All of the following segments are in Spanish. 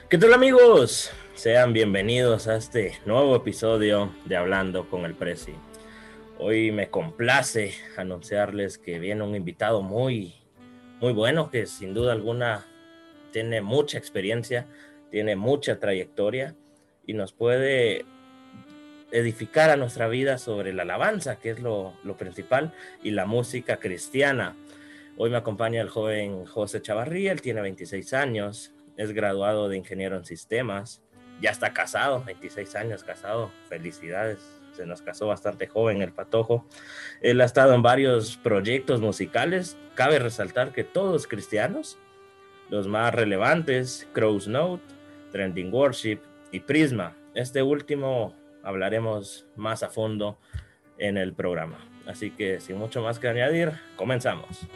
¿Qué tal, amigos? Sean bienvenidos a este nuevo episodio de Hablando con el Prezi. Hoy me complace anunciarles que viene un invitado muy bueno, que sin duda alguna tiene mucha experiencia, tiene mucha trayectoria y nos puede edificar a nuestra vida sobre la alabanza, que es lo principal, y la música cristiana. Hoy me acompaña el joven José Chavarría. Él tiene 26 años, es graduado de ingeniero en sistemas, ya está casado, 26 años casado, felicidades, se nos casó bastante joven el patojo. Él ha estado en varios proyectos musicales, cabe resaltar que todos cristianos, los más relevantes, Crow's Note, Trending Worship y Prisma. Este último hablaremos más a fondo en el programa. Así que sin mucho más que añadir, comenzamos.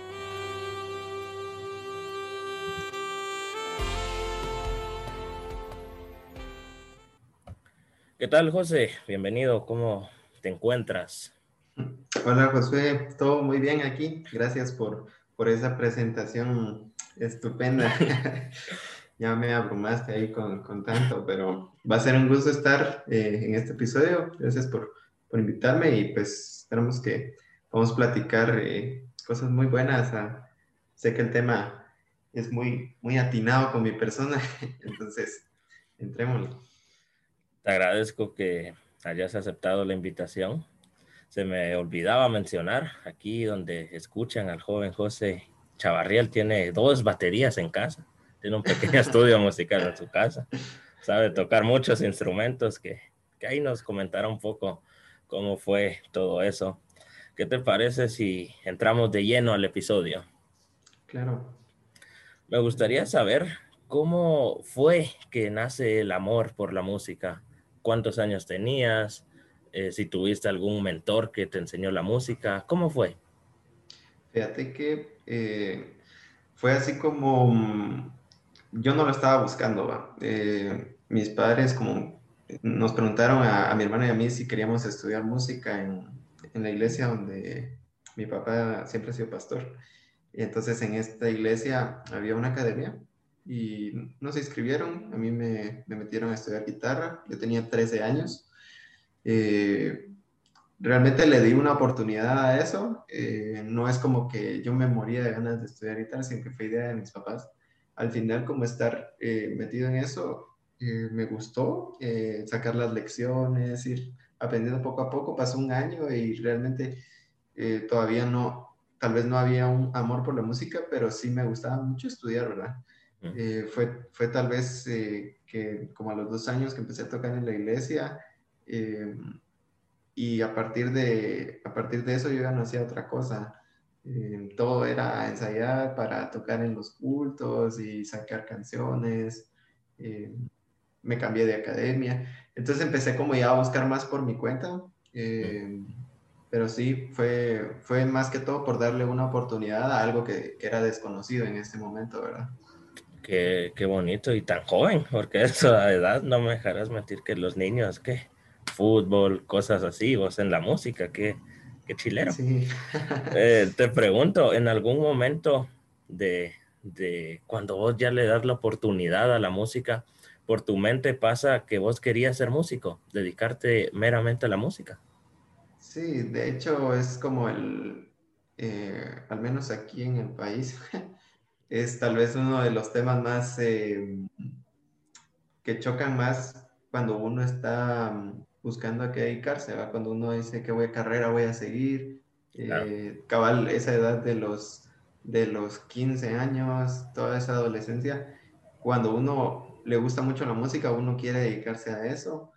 ¿Qué tal, José? Bienvenido. ¿Cómo te encuentras? Hola Josué, todo muy bien aquí. Gracias por esa presentación estupenda. Ya me abrumaste ahí con tanto, pero va a ser un gusto estar en este episodio. Gracias por invitarme y pues esperamos que vamos a platicar cosas muy buenas. Sé que el tema es muy atinado con mi persona, entonces entrémosle. Te agradezco que hayas aceptado la invitación. Se me olvidaba mencionar aquí donde escuchan al joven José Chavarriel, tiene 2 baterías en casa, tiene un pequeño estudio musical en su casa, sabe tocar muchos instrumentos que ahí nos comentará un poco cómo fue todo eso. ¿Qué te parece si entramos de lleno al episodio? Claro. Me gustaría saber cómo fue que nace el amor por la música. ¿Cuántos años tenías? Si tuviste algún mentor que te enseñó la música. ¿Cómo fue? Fíjate que fue así como yo no lo estaba buscando, ¿va? Mis padres como nos preguntaron a mi hermana y a mí si queríamos estudiar música en la iglesia donde mi papá siempre ha sido pastor. Y entonces en esta iglesia había una academia y nos inscribieron, a mí me metieron a estudiar guitarra, yo tenía 13 años. Eh, Realmente le di una oportunidad a eso. No es como que yo me moría de ganas de estudiar guitarra, sino que fue idea de mis papás. Al final, como estar metido en eso, me gustó sacar las lecciones, ir aprendiendo poco a poco. Pasó un año y realmente todavía no, tal vez no había un amor por la música, pero sí me gustaba mucho estudiar, ¿verdad? Mm. Fue tal vez que como a los 2 años que empecé a tocar en la iglesia, eh, y a partir de eso yo ya no hacía otra cosa. Todo era ensayar para tocar en los cultos y sacar canciones. Eh, Me cambié de academia. Entonces empecé como ya a buscar más por mi cuenta. Mm. Pero sí, fue más que todo por darle una oportunidad a algo que era desconocido en este momento, ¿verdad? Qué bonito y tan joven, porque a esa edad no me dejarás mentir que los niños, ¿qué? Fútbol, cosas así, vos en la música, qué chilero. Sí. Te pregunto, ¿en algún momento de cuando vos ya le das la oportunidad a la música, por tu mente pasa que vos querías ser músico, dedicarte meramente a la música? Sí, de hecho es como al menos aquí en el país, es tal vez uno de los temas más que chocan más cuando uno está buscando a qué dedicarse, ¿va? Cuando uno dice qué carrera voy a seguir, Claro. cabal, esa edad de los 15 años, toda esa adolescencia, cuando uno le gusta mucho la música, uno quiere dedicarse a eso.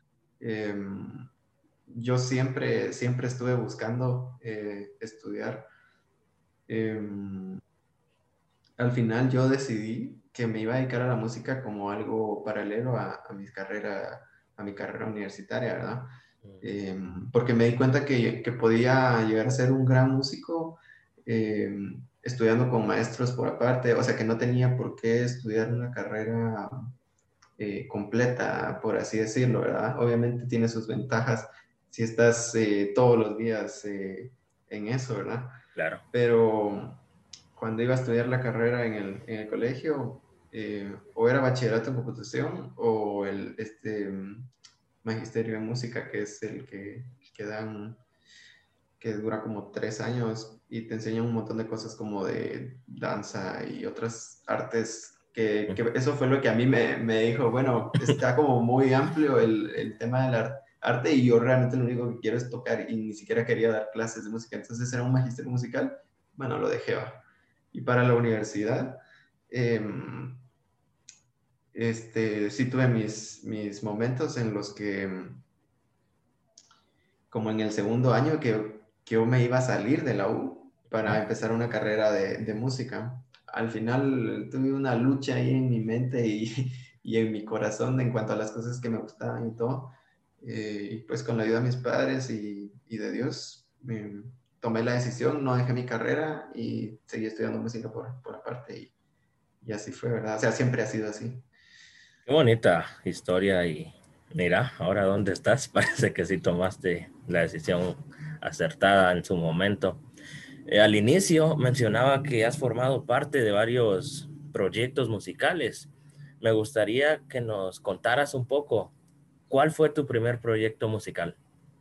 Yo siempre estuve buscando estudiar. Em, Al final yo decidí que me iba a dedicar a la música como algo paralelo a mi carrera universitaria, ¿verdad? Porque me di cuenta que podía llegar a ser un gran músico estudiando con maestros por aparte, o sea que no tenía por qué estudiar una carrera completa, por así decirlo, ¿verdad? Obviamente tiene sus ventajas si estás todos los días en eso, ¿verdad? Claro. Pero cuando iba a estudiar la carrera en el colegio, o era bachillerato en computación o magisterio en música, que es el que dan, que dura como 3 años y te enseñan un montón de cosas como de danza y otras artes, que eso fue lo que a mí me dijo, bueno, está como muy amplio el tema del arte y yo realmente lo único que quiero es tocar y ni siquiera quería dar clases de música, entonces era un magisterio musical, bueno, lo dejé, va. Y para la universidad, sí tuve mis momentos en los que, como en el segundo año, que yo me iba a salir de la U para empezar una carrera de música. Al final tuve una lucha ahí en mi mente y en mi corazón en cuanto a las cosas que me gustaban y todo. Y pues con la ayuda de mis padres y de Dios, tomé la decisión, no dejé mi carrera y seguí estudiando música por aparte y así fue, ¿verdad? O sea, siempre ha sido así. Qué bonita historia y mira, ahora dónde estás. Parece que sí tomaste la decisión acertada en su momento. Al inicio mencionaba que has formado parte de varios proyectos musicales. Me gustaría que nos contaras un poco, ¿cuál fue tu primer proyecto musical?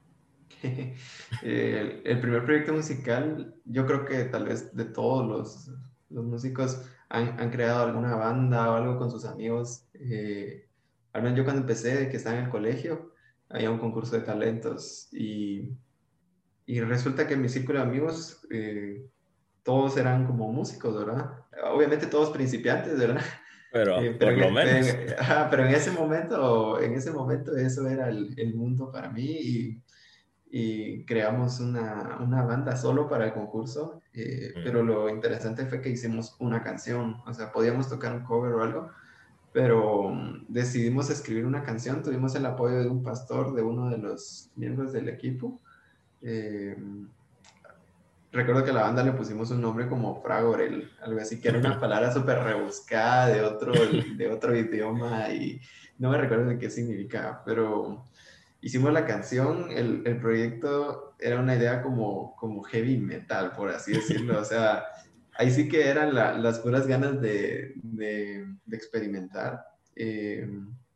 El primer proyecto musical, yo creo que tal vez de todos los músicos han creado alguna banda o algo con sus amigos. Al menos yo cuando empecé, que estaba en el colegio, había un concurso de talentos y resulta que en mi círculo de amigos todos eran como músicos, ¿verdad? Obviamente todos principiantes, ¿verdad? Pero por lo menos. Pero en ese momento eso era el mundo para mí y creamos una banda solo para el concurso, pero lo interesante fue que hicimos una canción, o sea, podíamos tocar un cover o algo, pero decidimos escribir una canción, tuvimos el apoyo de un pastor, de uno de los miembros del equipo. eh, Recuerdo que a la banda le pusimos un nombre como Fragorel, algo así, que era una palabra súper rebuscada de otro idioma y no me recuerdo de qué significa, pero hicimos la canción, el proyecto era una idea como heavy metal, por así decirlo, o sea, ahí sí que eran las puras ganas de experimentar. eh,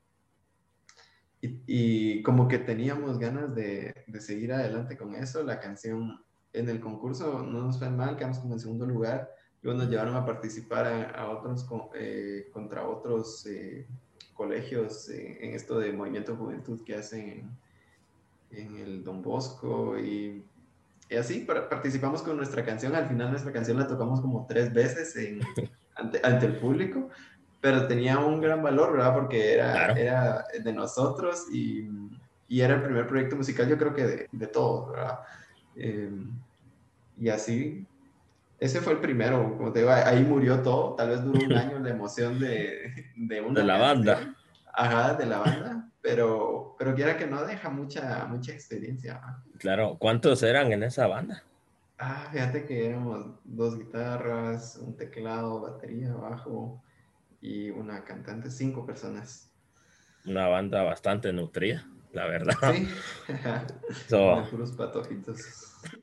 y como que teníamos ganas de seguir adelante con eso. La canción en el concurso no nos fue mal, quedamos como en segundo lugar. Luego nos llevaron a participar a otros, contra otros colegios en esto de movimiento de juventud que hacen en el Don Bosco. Y así participamos con nuestra canción. Al final nuestra canción la tocamos como 3 veces ante el público, pero tenía un gran valor, ¿verdad? Porque era, Claro. era de nosotros y era el primer proyecto musical, yo creo que de todos, ¿verdad? Eh, y así, ese fue el primero, como te digo, ahí murió todo, tal vez duró un año la emoción de De una la banda. canción, ajá, de la banda, pero quiera que no deja mucha experiencia, ¿verdad? Claro. ¿Cuántos eran en esa banda? Fíjate que éramos 2 guitarras, un teclado, batería, bajo y una cantante, 5 personas. Una banda bastante nutrida, la verdad. Sí, de So, puros patojitos.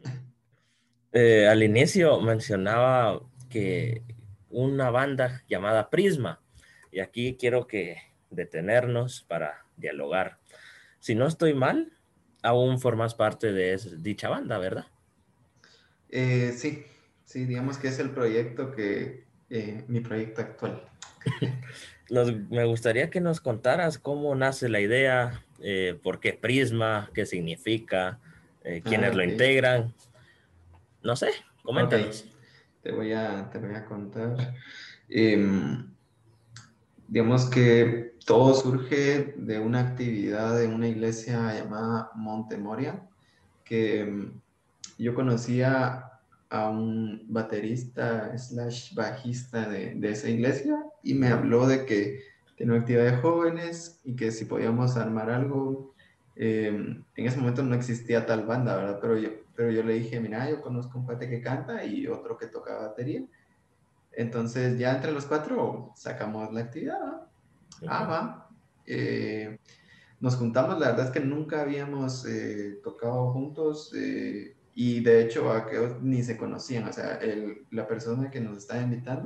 al inicio mencionaba que una banda llamada Prisma, y aquí quiero que detenernos para dialogar. Si no estoy mal, aún formas parte de dicha banda, ¿verdad? Sí, sí, digamos que es el proyecto mi proyecto actual. Me gustaría que nos contaras cómo nace la idea, por qué Prisma, qué significa, quiénes lo Ok, integran. No sé, ok, coméntanos. te voy a contar. Em, digamos que todo surge de una actividad en una iglesia llamada Montemoria, que yo conocía a un baterista slash bajista de esa iglesia y me habló de que tenía una actividad de jóvenes y que si podíamos armar algo. En ese momento no existía tal banda, ¿verdad? Pero yo le dije, mira, yo conozco un cuate que canta y otro que toca batería. Entonces ya entre los cuatro sacamos la actividad, ¿va? Ujú. Va. Eh, Nos juntamos, la verdad es que nunca habíamos tocado juntos y de hecho aquellos ni se conocían, o sea, la persona que nos estaba invitando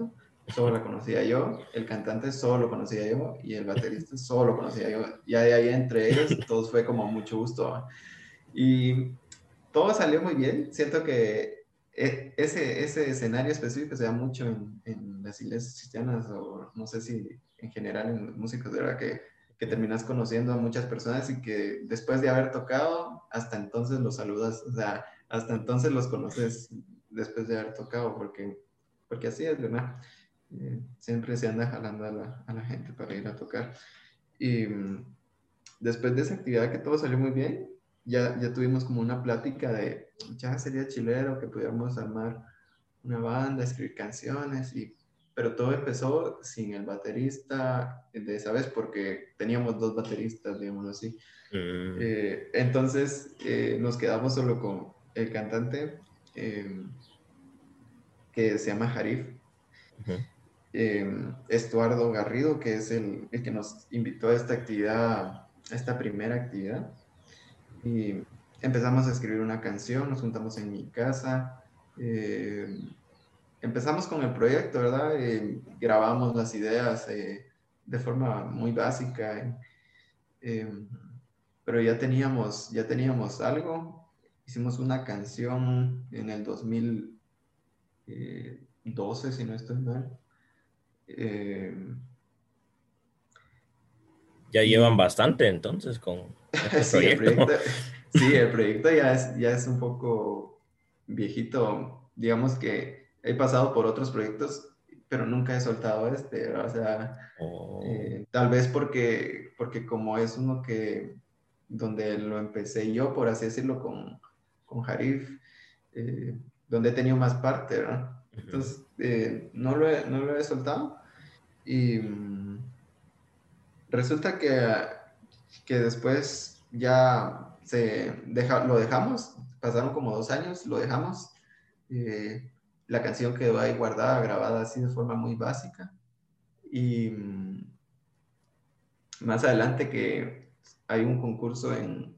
solo la conocía yo, el cantante solo lo conocía yo y el baterista solo lo conocía yo. Ya de ahí entre ellos todos fue como mucho gusto. ¿Va? Y todo salió muy bien. Siento que ese escenario específico se da mucho en las iglesias cristianas o no sé si en general en los músicos, de verdad que terminas conociendo a muchas personas y que después de haber tocado, hasta entonces los saludas, o sea, hasta entonces los conoces después de haber tocado, porque así es, ¿verdad? Siempre se anda jalando a la gente para ir a tocar. Y después de esa actividad que todo salió muy bien, ya tuvimos como una plática de, ya sería chilero que pudiéramos armar una banda, escribir canciones, pero todo empezó sin el baterista de esa vez, porque teníamos dos bateristas, digamos así. Mm, Entonces nos quedamos solo con el cantante eh, que se llama Jarif, ujú. Estuardo Garrido, que es el que nos invitó a esta actividad, a esta primera actividad. Y empezamos a escribir una canción, nos juntamos en mi casa, eh, empezamos con el proyecto, ¿verdad? Grabamos las ideas de forma muy básica, eh, pero ya teníamos algo. Hicimos una canción en el 2012, si no estoy mal. Eh, Ya llevan y bastante entonces con este sí, proyecto. sí, el proyecto ya es un poco viejito. Digamos que he pasado por otros proyectos, pero nunca he soltado este, ¿verdad? O sea, Oh, tal vez porque como es uno donde lo empecé yo, por así decirlo, con Jarif, donde he tenido más parte, ¿verdad? ujú. Entonces, no lo he soltado y resulta que después ya lo dejamos, pasaron como 2 años, lo dejamos. La canción quedó ahí guardada, grabada así de forma muy básica. Y más adelante que hay un concurso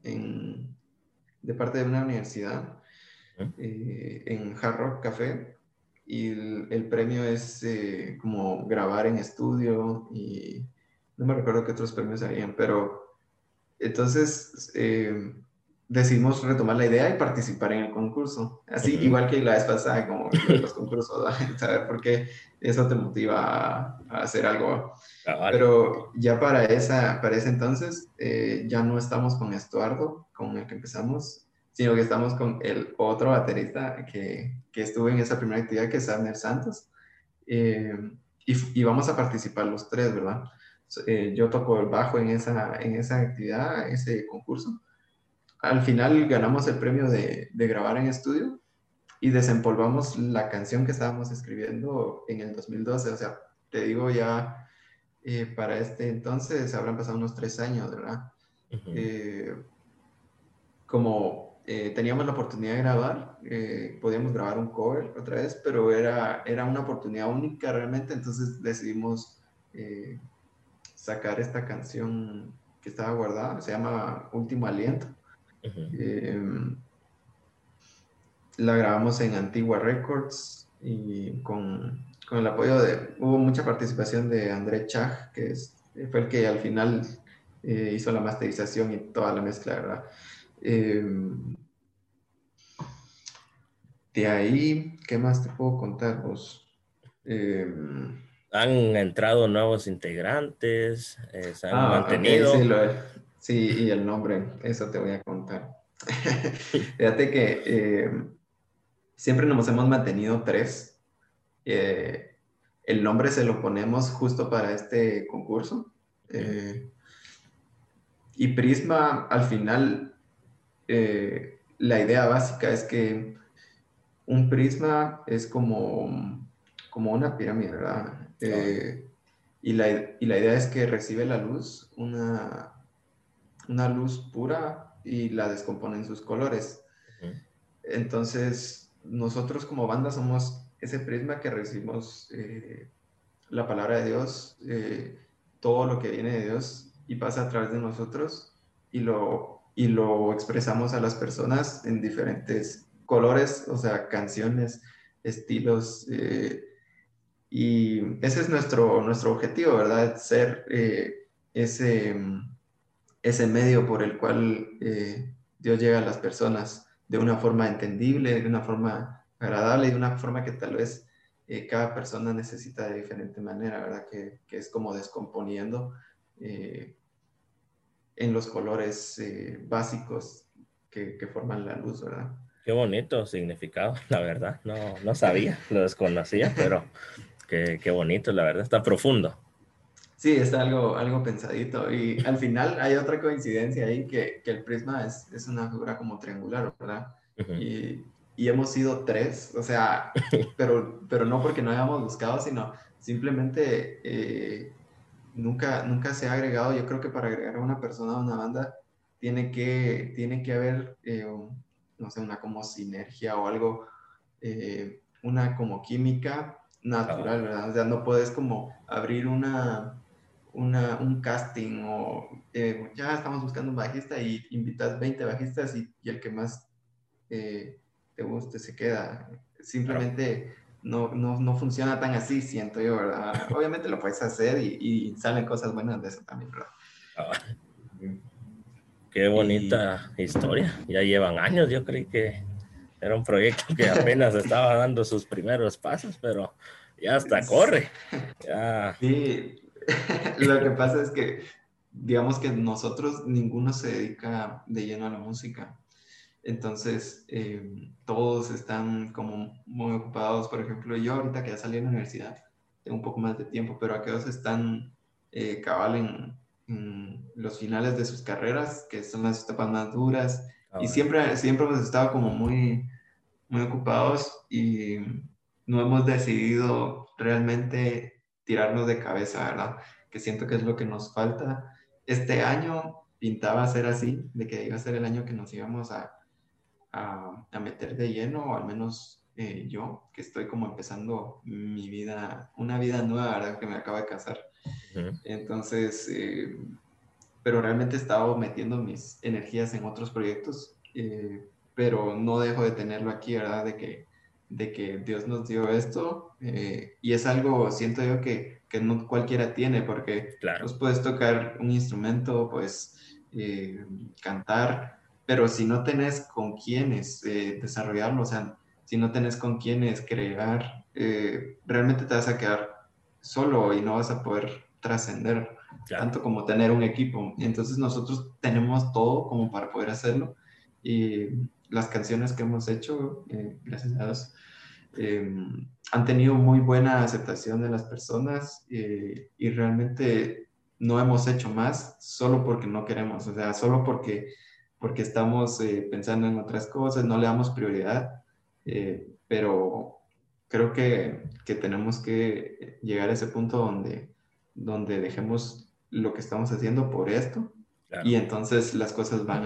de parte de una universidad Ujú. en Hard Rock Café y el premio es como grabar en estudio y no me recuerdo qué otros premios habían, pero entonces decidimos retomar la idea y participar en el concurso. Así, Ujú. igual que la vez pasada, como lo de los concursos, ¿verdad? Saber por qué eso te motiva a hacer algo. Cabal. Pero ya para ese entonces ya no estamos con Estuardo, con el que empezamos, sino que estamos con el otro baterista que estuvo en esa primera actividad, que es Abner Santos. Eh, y vamos a participar los tres, ¿verdad? Yo toco el bajo en esa actividad, ese concurso. Al final ganamos el premio de grabar en estudio y desempolvamos la canción que estábamos escribiendo en el 2012. O sea, te digo ya, para este entonces habrán pasado unos 3 años, ¿verdad? Ujú. Eh, como teníamos la oportunidad de grabar, podíamos grabar un cover otra vez, pero era una oportunidad única realmente, entonces decidimos sacar esta canción que estaba guardada, se llama Último Aliento. Ujú. Eh, la grabamos en Antigua Records y con el apoyo hubo mucha participación de André Chag, fue el que al final hizo la masterización y toda la mezcla, ¿verdad? Eh, de ahí, ¿qué más te puedo contar vos? Eh, Han entrado nuevos integrantes, se han ok, mantenido. sí, y el nombre, eso te voy a contar. Fíjate que siempre nos hemos mantenido tres. Eh, el nombre se lo ponemos justo para este concurso. Mm, Eh, y Prisma, al final, la idea básica es que un prisma es como una pirámide, ¿verdad? cabal. Y la idea es que recibe la luz, una luz pura y la descompone en sus colores. Ujú. Entonces, nosotros como banda somos ese prisma que recibimos la palabra de Dios, todo lo que viene de Dios y pasa a través de nosotros y lo expresamos a las personas en diferentes colores, o sea, canciones, estilos. Y ese es nuestro objetivo, ¿verdad? Ser ese, ese medio por el cual Dios llega a las personas de una forma entendible, de una forma agradable y de una forma que tal vez cada persona necesita de diferente manera, ¿verdad? Que es como descomponiendo eh, en los colores básicos que forman la luz, ¿verdad? Qué bonito significado, la verdad. No sabía, lo desconocía, pero qué bonito, la verdad. Está profundo. Sí, está algo pensadito. Y al final hay otra coincidencia ahí que el prisma es una figura como triangular, ¿verdad? Ujú. Y hemos sido tres, o sea, pero no porque no hayamos buscado, sino simplemente nunca se ha agregado. Yo creo que para agregar a una persona a una banda tiene que haber, no sé, una como sinergia o algo, una como química Ah, natural, ¿verdad? O sea, no puedes como abrir un casting o ya estamos buscando un bajista y invitas 20 bajistas y el que más te guste se queda. claro. Simplemente no funciona tan así, siento yo, ¿verdad? Obviamente lo puedes hacer y salen cosas buenas de eso también, ¿verdad? Ah, qué Y bonita historia. Ya llevan años. Yo creí que era un proyecto que apenas estaba dando sus primeros pasos, pero ya hasta corre. Ya, sí, lo que pasa es que, digamos que nosotros ninguno se dedica de lleno a la música. Entonces, todos están como muy ocupados. Por ejemplo, yo ahorita que ya salí de la universidad, tengo un poco más de tiempo, pero aquellos están cabal en los finales de sus carreras, que son las etapas más duras, y ah, siempre hemos estado como muy ocupados y no hemos decidido realmente tirarnos de cabeza, ¿verdad? Que siento que es lo que nos falta. Este año pintaba ser así, de que iba a ser el año que nos íbamos a meter de lleno, o al menos yo, que estoy como empezando mi vida, una vida nueva, ¿verdad? Que me acabo de casar. ujú, Entonces, pero realmente he estado metiendo mis energías en otros proyectos, pero no dejo de tenerlo aquí, ¿verdad? De que Dios nos dio esto y es algo, siento yo, que no cualquiera tiene, porque claro, vos puedes tocar un instrumento, pues cantar, pero si no tenés con quiénes desarrollarlo, o sea, si no tenés con quiénes crear, realmente te vas a quedar solo y no vas a poder trascender claro. tanto como tener un equipo. Entonces nosotros tenemos todo como para poder hacerlo y las canciones que hemos hecho, gracias a Dios, eh, han tenido muy buena aceptación de las personas y realmente no hemos hecho más solo porque no queremos, o sea, solo porque estamos pensando en otras cosas, no le damos prioridad, pero creo que tenemos que llegar a ese punto donde dejemos lo que estamos haciendo por esto y Claro. entonces las cosas van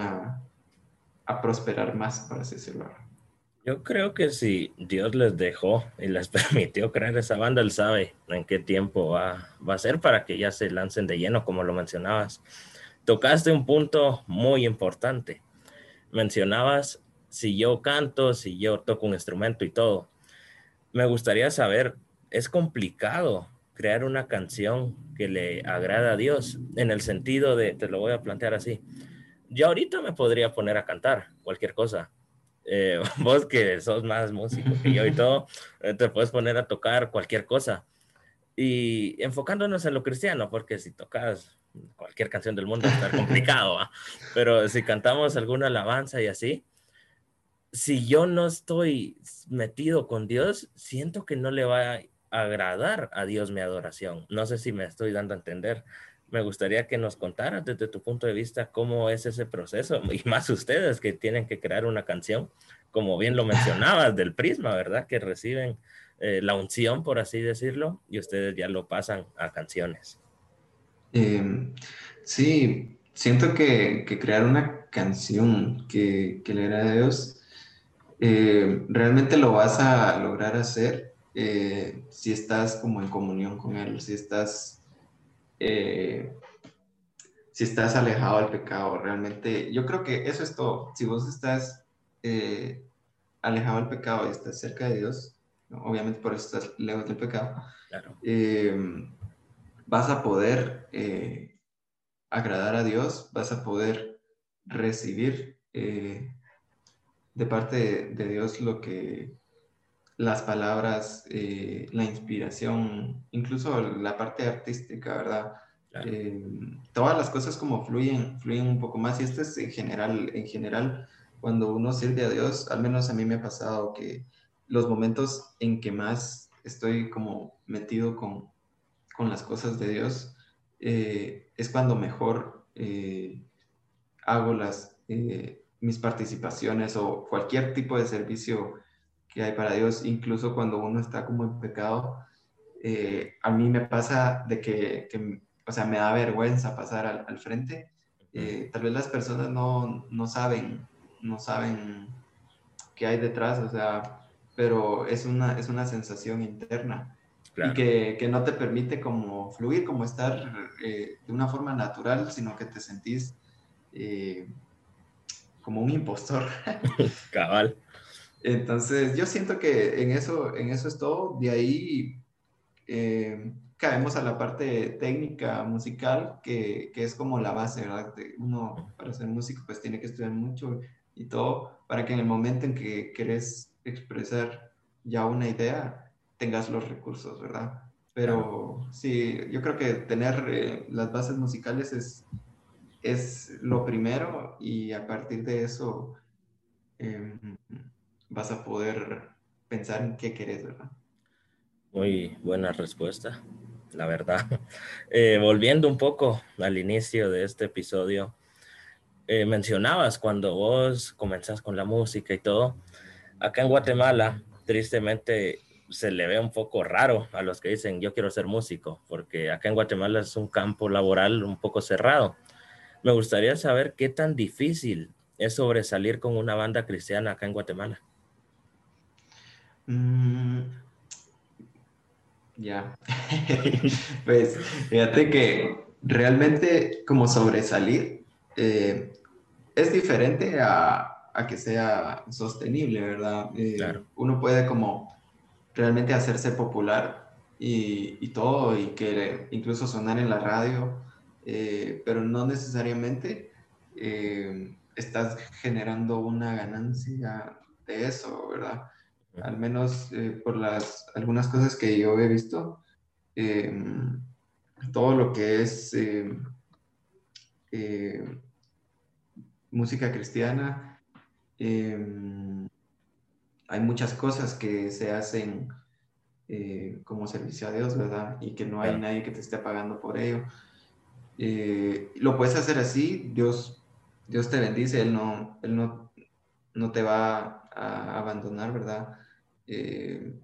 a prosperar más, por así decirlo. Yo creo que si Dios les dejó y les permitió crear esa banda, Él sabe en qué tiempo va a ser para que ya se lancen de lleno, como lo mencionabas. Tocaste un punto muy importante. Mencionabas si yo canto, si yo toco un instrumento y todo. Me gustaría saber, ¿es complicado crear una canción que le agrada a Dios? En el sentido de, te lo voy a plantear así. Yo ahorita me podría poner a cantar cualquier cosa. Vos que sos más músico que yo y todo, te puedes poner a tocar cualquier cosa. Y enfocándonos en lo cristiano, porque si tocas cualquier canción del mundo va a estar complicado, ¿va? Pero si cantamos alguna alabanza y así, si yo no estoy metido con Dios, siento que no le va a agradar a Dios mi adoración. No sé si me estoy dando a entender. Me gustaría que nos contaras desde tu punto de vista cómo es ese proceso, y más ustedes que tienen que crear una canción, como bien lo mencionabas, del prisma, ¿verdad? Que reciben la unción, por así decirlo, y ustedes ya lo pasan a canciones. Eh, sí, siento que crear una canción que le agrade a Dios, realmente lo vas a lograr hacer si estás como en comunión con Él, eh, si estás alejado del pecado. Realmente, yo creo que eso es todo. Si vos estás alejado del pecado y estás cerca de Dios, obviamente por eso estás lejos del pecado, Claro, vas a poder agradar a Dios, vas a poder recibir de parte de Dios lo que las palabras, la inspiración, incluso la parte artística, ¿verdad? claro, Eh, Todas las cosas como fluyen un poco más y esto es en general, cuando uno sirve a Dios, al menos a mí me ha pasado que los momentos en que más estoy como metido con las cosas de Dios, es cuando mejor hago mis participaciones o cualquier tipo de servicio que hay para Dios, incluso cuando uno está como en pecado. A mí me pasa de o sea, me da vergüenza pasar al frente. ujú, Tal vez las personas no saben qué hay detrás, o sea, pero es una sensación interna y claro. que no te permite como fluir, como estar de una forma natural, sino que te sentís eh, como un impostor. Cabal, Entonces, yo siento que en eso es todo. De ahí caemos a la parte técnica musical, que es como la base, ¿verdad? Uno para ser músico pues tiene que estudiar mucho y todo, para que en el momento en que querés expresar ya una idea, tengas los recursos, ¿verdad? claro. Pero sí, yo creo que tener las bases musicales es lo primero y a partir de eso eh, vas a poder pensar en qué querés, ¿verdad? Muy buena respuesta, la verdad. Volviendo un poco al inicio de este episodio, mencionabas cuando vos comenzás con la música y todo, acá en Guatemala, tristemente, se le ve un poco raro a los que dicen yo quiero ser músico, porque acá en Guatemala es un campo laboral un poco cerrado. Me gustaría saber qué tan difícil es sobresalir con una banda cristiana acá en Guatemala. Mm, ya. Pues fíjate que realmente como sobresalir es diferente a que sea sostenible, ¿verdad? Claro, Uno puede como realmente hacerse popular y todo, y que incluso sonar en la radio, pero no necesariamente estás generando una ganancia de eso, ¿verdad? Al menos por algunas cosas que yo he visto, eh, todo lo que es eh, música cristiana, eh, hay muchas cosas que se hacen como servicio a Dios, ¿verdad? Y que no hay claro, nadie que te esté pagando por ello. Lo puedes hacer así, Dios te bendice, no te va a abandonar, ¿verdad? Eh,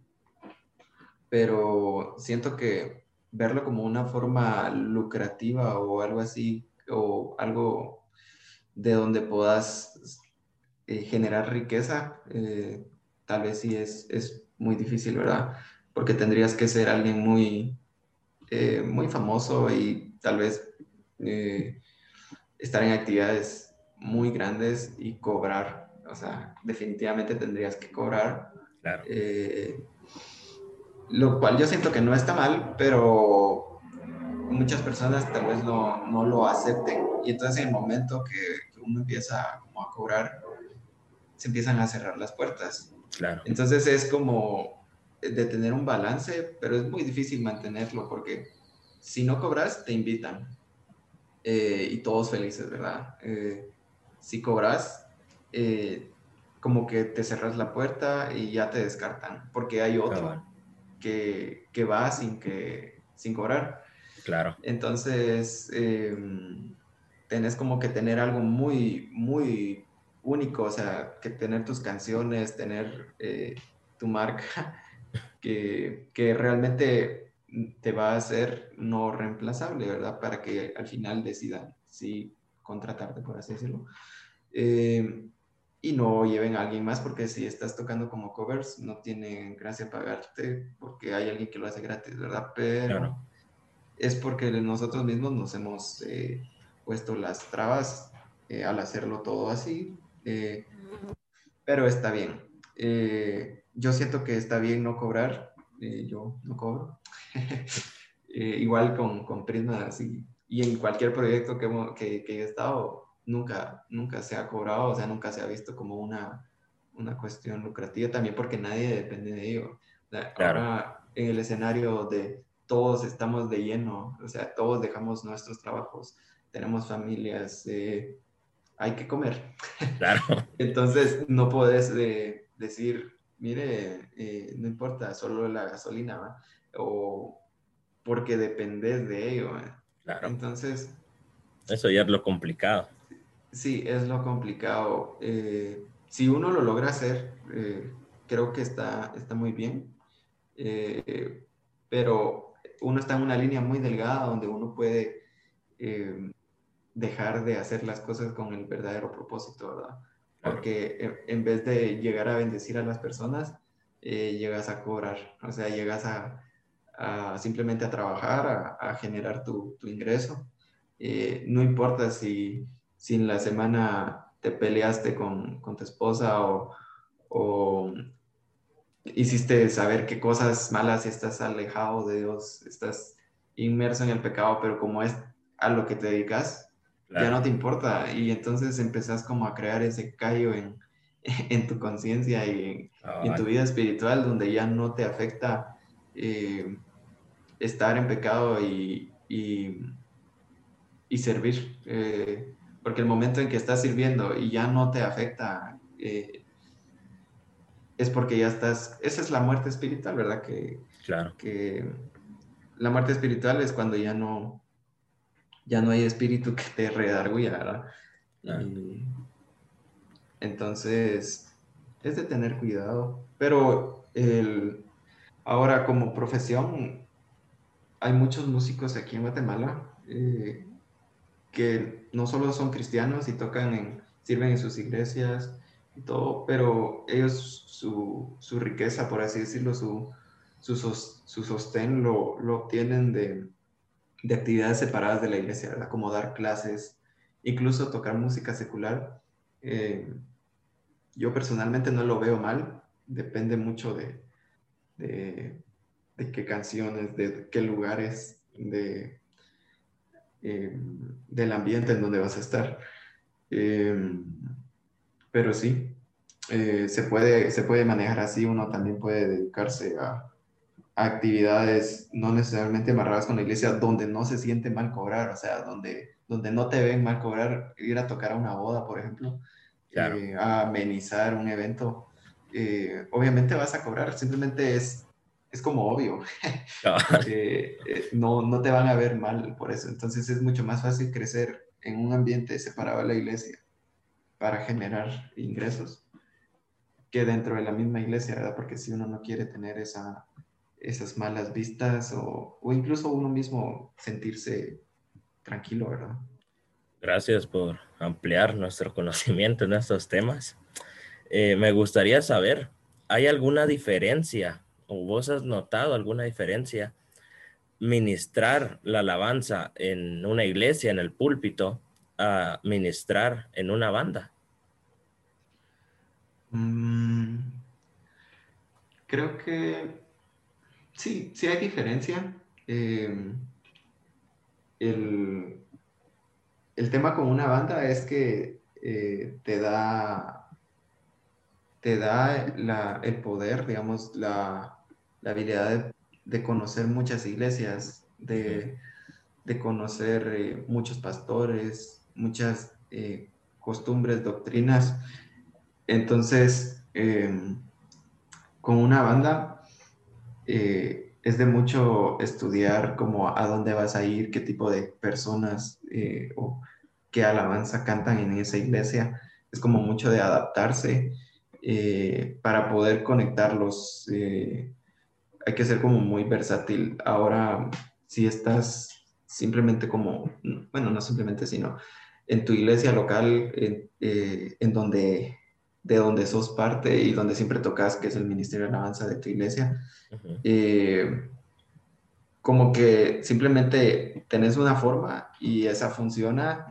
pero siento que verlo como una forma lucrativa o algo así, o algo de donde puedas generar riqueza, tal vez sí es muy difícil, ¿verdad? Porque tendrías que ser alguien muy famoso y tal vez estar en actividades muy grandes y cobrar. O sea, definitivamente tendrías que cobrar. claro. eh, lo cual yo siento que no está mal, pero muchas personas tal vez no lo acepten. Y entonces en el momento que uno empieza como a cobrar, se empiezan a cerrar las puertas. Claro, Entonces es como de tener un balance, pero es muy difícil mantenerlo porque si no cobras, te invitan y todos felices, ¿verdad? Si cobras, eh, como que te cerras la puerta y ya te descartan, porque hay cabal, otro que va sin cobrar. claro, Entonces, tenés como que tener algo muy único, o sea, que tener tus canciones, tener tu marca, que realmente te va a hacer no reemplazable, ¿verdad? Para que al final decidan si contratarte, por así decirlo. Eh, y no lleven a alguien más, porque si estás tocando como covers, no tiene gracia pagarte porque hay alguien que lo hace gratis, ¿verdad? claro. Pero es porque nosotros mismos nos hemos puesto las trabas al hacerlo todo así, pero está bien. yo siento que está bien no cobrar, yo no cobro. Igual con Prisma, y en cualquier proyecto que he estado, nunca se ha cobrado, o sea, nunca se ha visto como una cuestión lucrativa, también porque nadie depende de ello. O sea, Claro, ahora en el escenario de todos estamos de lleno, o sea, todos dejamos nuestros trabajos, tenemos familias, hay que comer. claro, Entonces, no puedes decir, mire, no importa, solo la gasolina, ¿va? O porque dependes de ello, ¿va? claro. Entonces, Eso ya es lo complicado. sí, es lo complicado. Si uno lo logra hacer, creo que está muy bien. Eh, pero uno está en una línea muy delgada donde uno puede dejar de hacer las cosas con el verdadero propósito, ¿verdad? Claro, Porque en vez de llegar a bendecir a las personas, llegas a cobrar, o sea, llegas a simplemente a trabajar, a generar tu ingreso. No importa si en la semana te peleaste con tu esposa o hiciste saber qué cosas malas, estás alejado de Dios, estás inmerso en el pecado, pero como es a lo que te dedicas, ya claro. no te importa y entonces empezás como a crear ese callo en tu conciencia y en tu Cabal. vida espiritual donde ya no te afecta eh, estar en pecado y servir. Porque el momento en que estás sirviendo y ya no te afecta, es porque ya estás, esa es la muerte espiritual, ¿verdad? Claro, Que la muerte espiritual es cuando ya no hay espíritu que te redarguya, ¿verdad? claro. Y entonces es de tener cuidado. Pero ahora como profesión, hay muchos músicos aquí en Guatemala que no solo son cristianos y sirven en sus iglesias y todo, pero ellos su riqueza, por así decirlo, su sostén lo obtienen de actividades separadas de la iglesia, ¿verdad? Como dar clases, incluso tocar música secular. Eh, yo personalmente no lo veo mal, depende mucho de, de qué canciones, de qué lugares, del ambiente en donde vas a estar. Eh, pero sí, se puede manejar así, uno también puede dedicarse a actividades no necesariamente amarradas con la iglesia, donde no se siente mal cobrar, o sea, donde no te ven mal cobrar, ir a tocar a una boda, por ejemplo, Claro. a amenizar un evento, obviamente vas a cobrar, simplemente es como obvio, Cabal. no te van a ver mal por eso, entonces es mucho más fácil crecer en un ambiente separado de la iglesia para generar ingresos que dentro de la misma iglesia, ¿verdad? Porque si uno no quiere tener esas malas vistas o incluso uno mismo sentirse tranquilo, ¿verdad? Gracias por ampliar nuestro conocimiento en estos temas. Me gustaría saber, ¿hay alguna diferencia o vos has notado alguna diferencia ministrar la alabanza en una iglesia, en el púlpito, a ministrar en una banda? Mm, creo que sí hay diferencia. Eh, el, el tema con una banda es que te da el poder, digamos, la habilidad de conocer muchas iglesias, Ujú. de conocer muchos pastores, muchas costumbres, doctrinas. Entonces, con una banda es de mucho estudiar como a dónde vas a ir, qué tipo de personas o qué alabanza cantan en esa iglesia. Es como mucho de adaptarse para poder conectarlos. Hay que ser como muy versátil. Ahora, si estás simplemente como, bueno, no simplemente, sino en tu iglesia local, de donde sos parte y donde siempre tocas, que es el Ministerio de Alabanza de tu iglesia, Ujú. eh, como que simplemente tenés una forma y esa funciona,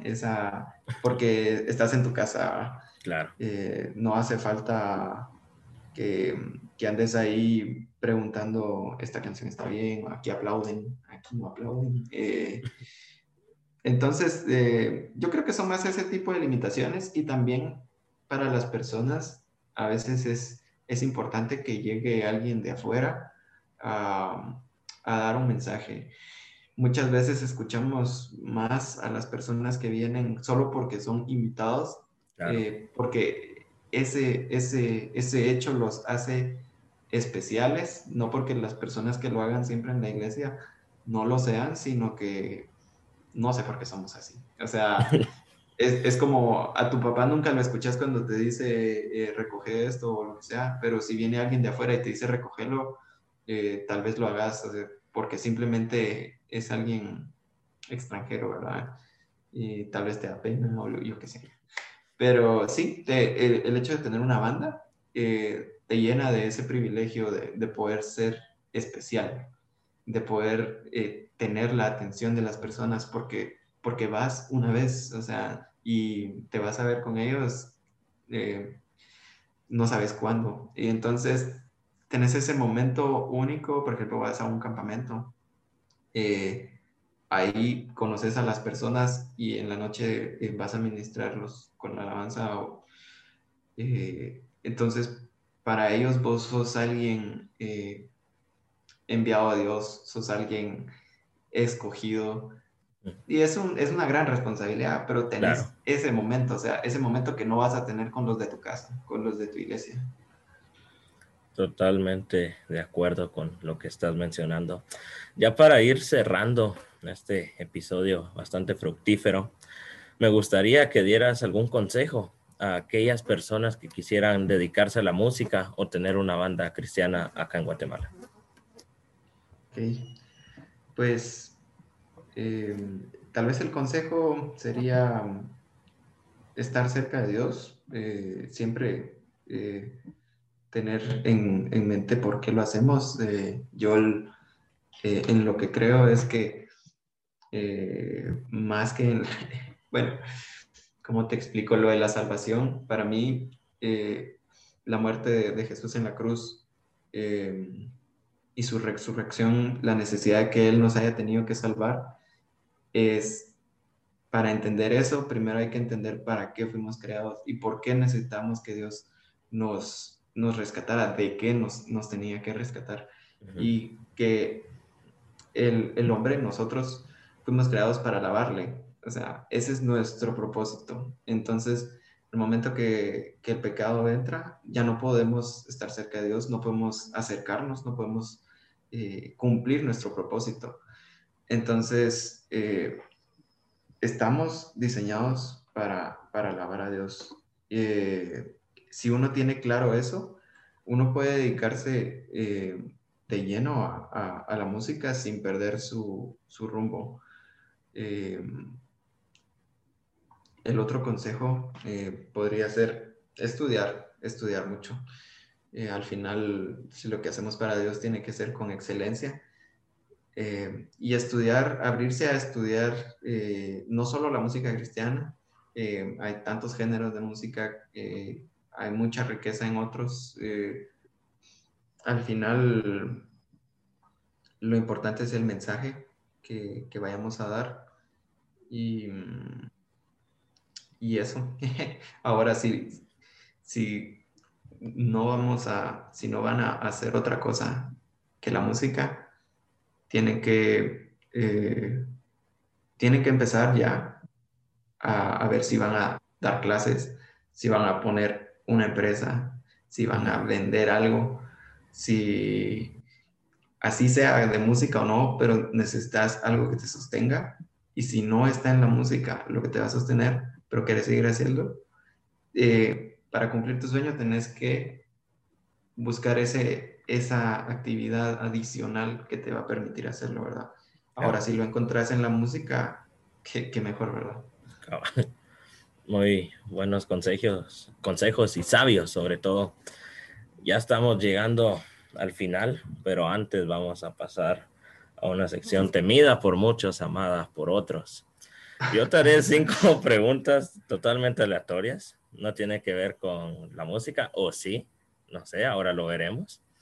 porque estás en tu casa. Claro, No hace falta que, que andes ahí preguntando, esta canción está bien, aquí aplauden, aquí no aplauden. Entonces, yo creo que son más ese tipo de limitaciones y también para las personas a veces es importante que llegue alguien de afuera a dar un mensaje. Muchas veces escuchamos más a las personas que vienen solo porque son invitados, Claro. porque ese hecho los hace especiales, no porque las personas que lo hagan siempre en la iglesia no lo sean, sino que no sé por qué somos así. O sea, es como a tu papá nunca lo escuchas cuando te dice recoge esto o lo que sea, pero si viene alguien de afuera y te dice recógelo, tal vez lo hagas, o sea, porque simplemente es alguien extranjero, ¿verdad? Y tal vez te da pena o yo qué sé. Pero sí, el hecho de tener una banda te llena de ese privilegio de poder ser especial, de poder tener la atención de las personas porque vas una vez, o sea, y te vas a ver con ellos, eh, no sabes cuándo. Y entonces tenés ese momento único, por ejemplo, vas a un campamento, eh, ahí conoces a las personas y en la noche vas a ministrarlos con la alabanza. Entonces, para ellos vos sos alguien enviado a Dios, sos alguien escogido. Y es una gran responsabilidad, pero Claro, tenés ese momento, o sea, ese momento que no vas a tener con los de tu casa, con los de tu iglesia. totalmente de acuerdo con lo que estás mencionando. Ya para ir cerrando este episodio bastante fructífero, me gustaría que dieras algún consejo a aquellas personas que quisieran dedicarse a la música o tener una banda cristiana acá en Guatemala. Ok, pues eh, tal vez el consejo sería estar cerca de Dios, siempre tener en mente por qué lo hacemos. En lo que creo es que más que en, bueno, ¿cómo te explico lo de la salvación? Para mí, la muerte de Jesús en la cruz y su resurrección, la necesidad de que Él nos haya tenido que salvar, es para entender eso, primero hay que entender para qué fuimos creados y por qué necesitamos que Dios nos rescatara, de qué nos tenía que rescatar. Ujú. Y que el hombre, nosotros fuimos creados para alabarle. O sea, ese es nuestro propósito. Entonces, el momento que el pecado entra, ya no podemos estar cerca de Dios, no podemos acercarnos, no podemos cumplir nuestro propósito. Entonces, estamos diseñados para alabar a Dios. Si uno tiene claro eso, uno puede dedicarse de lleno a la música sin perder su rumbo. Eh, el otro consejo podría ser estudiar mucho. Al final, si lo que hacemos para Dios tiene que ser con excelencia, y estudiar, abrirse a estudiar no solo la música cristiana, hay tantos géneros de música, hay mucha riqueza en otros. Al final, lo importante es el mensaje que vayamos a dar y, y eso. Ahora sí, si si no van a hacer otra cosa que la música, tienen que empezar ya a ver si van a dar clases, si van a poner una empresa, si van Ujú. a vender algo, si así sea de música o no, pero necesitas algo que te sostenga. Y si no está en la música lo que te va a sostener, pero quieres seguir haciendo, para cumplir tu sueño tenés que buscar esa actividad adicional que te va a permitir hacerlo, ¿verdad? Ahora, Claro. si lo encontrás en la música, qué mejor, ¿verdad? Muy buenos consejos y sabios sobre todo. Ya estamos llegando al final, pero antes vamos a pasar a una sección temida por muchos, amada por otros. Yo te haré 5 preguntas totalmente aleatorias. No tiene que ver con la música, o sí, no sé, ahora lo veremos.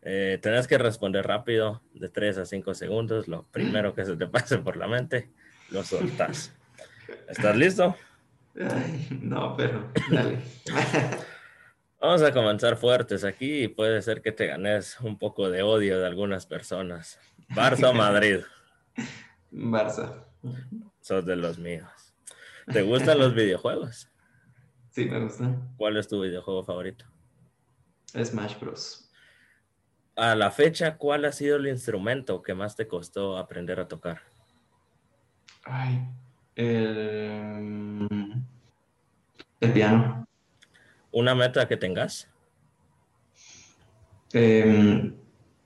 Tenés que responder rápido, de 3 a 5 segundos. Lo primero que se te pase por la mente, lo soltás. ¿Estás listo? Ay, no, pero dale. Vamos a comenzar fuertes aquí y puede ser que te ganes un poco de odio de algunas personas. Barça o Madrid, Barça. sos de los míos. ¿Te gustan los videojuegos? Sí, me gusta. ¿Cuál es tu videojuego favorito? Smash Bros. A la fecha, ¿cuál ha sido el instrumento que más te costó aprender a tocar? Ay, el, el piano. ¿Una meta que tengas? Em,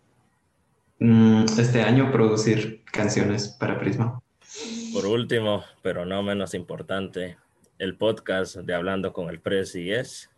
este año producir canciones para Prisma. Por último, pero no menos importante, el podcast de Hablando con el Prezi es...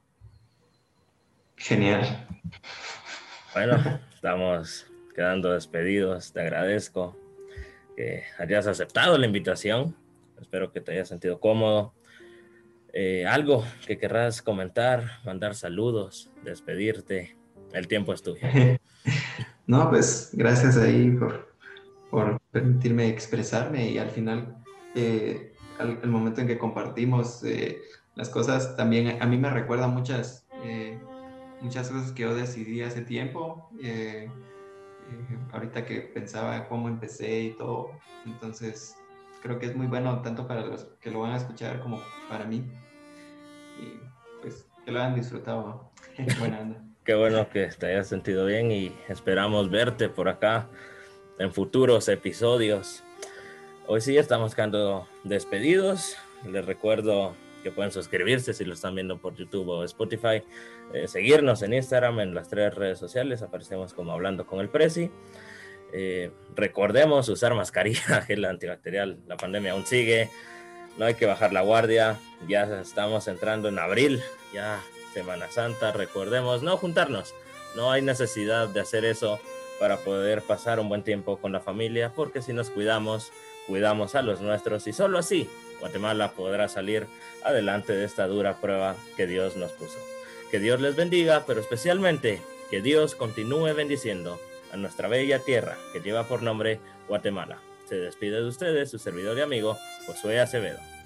Genial. Bueno, estamos quedando despedidos. Te agradezco que hayas aceptado la invitación. Espero que te hayas sentido cómodo. Algo que querrás comentar, mandar saludos, despedirte. El tiempo es tuyo. No, pues gracias ahí por permitirme expresarme y al final, el momento en que compartimos las cosas, también a mí me recuerda muchas cosas que yo decidí hace tiempo, ahorita que pensaba cómo empecé y todo, entonces creo que es muy bueno tanto para los que lo van a escuchar como para mí y pues que lo hayan disfrutado. Buena onda. Qué bueno que te hayas sentido bien y esperamos verte por acá en futuros episodios. Hoy sí estamos quedando despedidos. Les recuerdo que pueden suscribirse si lo están viendo por YouTube o Spotify. Seguirnos en Instagram, en las 3 redes sociales. Aparecemos como Hablando con el Prezi. Recordemos usar mascarilla, gel antibacterial. La pandemia aún sigue. No hay que bajar la guardia. Ya estamos entrando en abril. Ya Semana Santa. Recordemos no juntarnos. No hay necesidad de hacer eso para poder pasar un buen tiempo con la familia, porque si nos cuidamos, cuidamos a los nuestros y solo así Guatemala podrá salir adelante de esta dura prueba que Dios nos puso. Que Dios les bendiga, pero especialmente que Dios continúe bendiciendo a nuestra bella tierra que lleva por nombre Guatemala. Se despide de ustedes su servidor y amigo Josué Acevedo.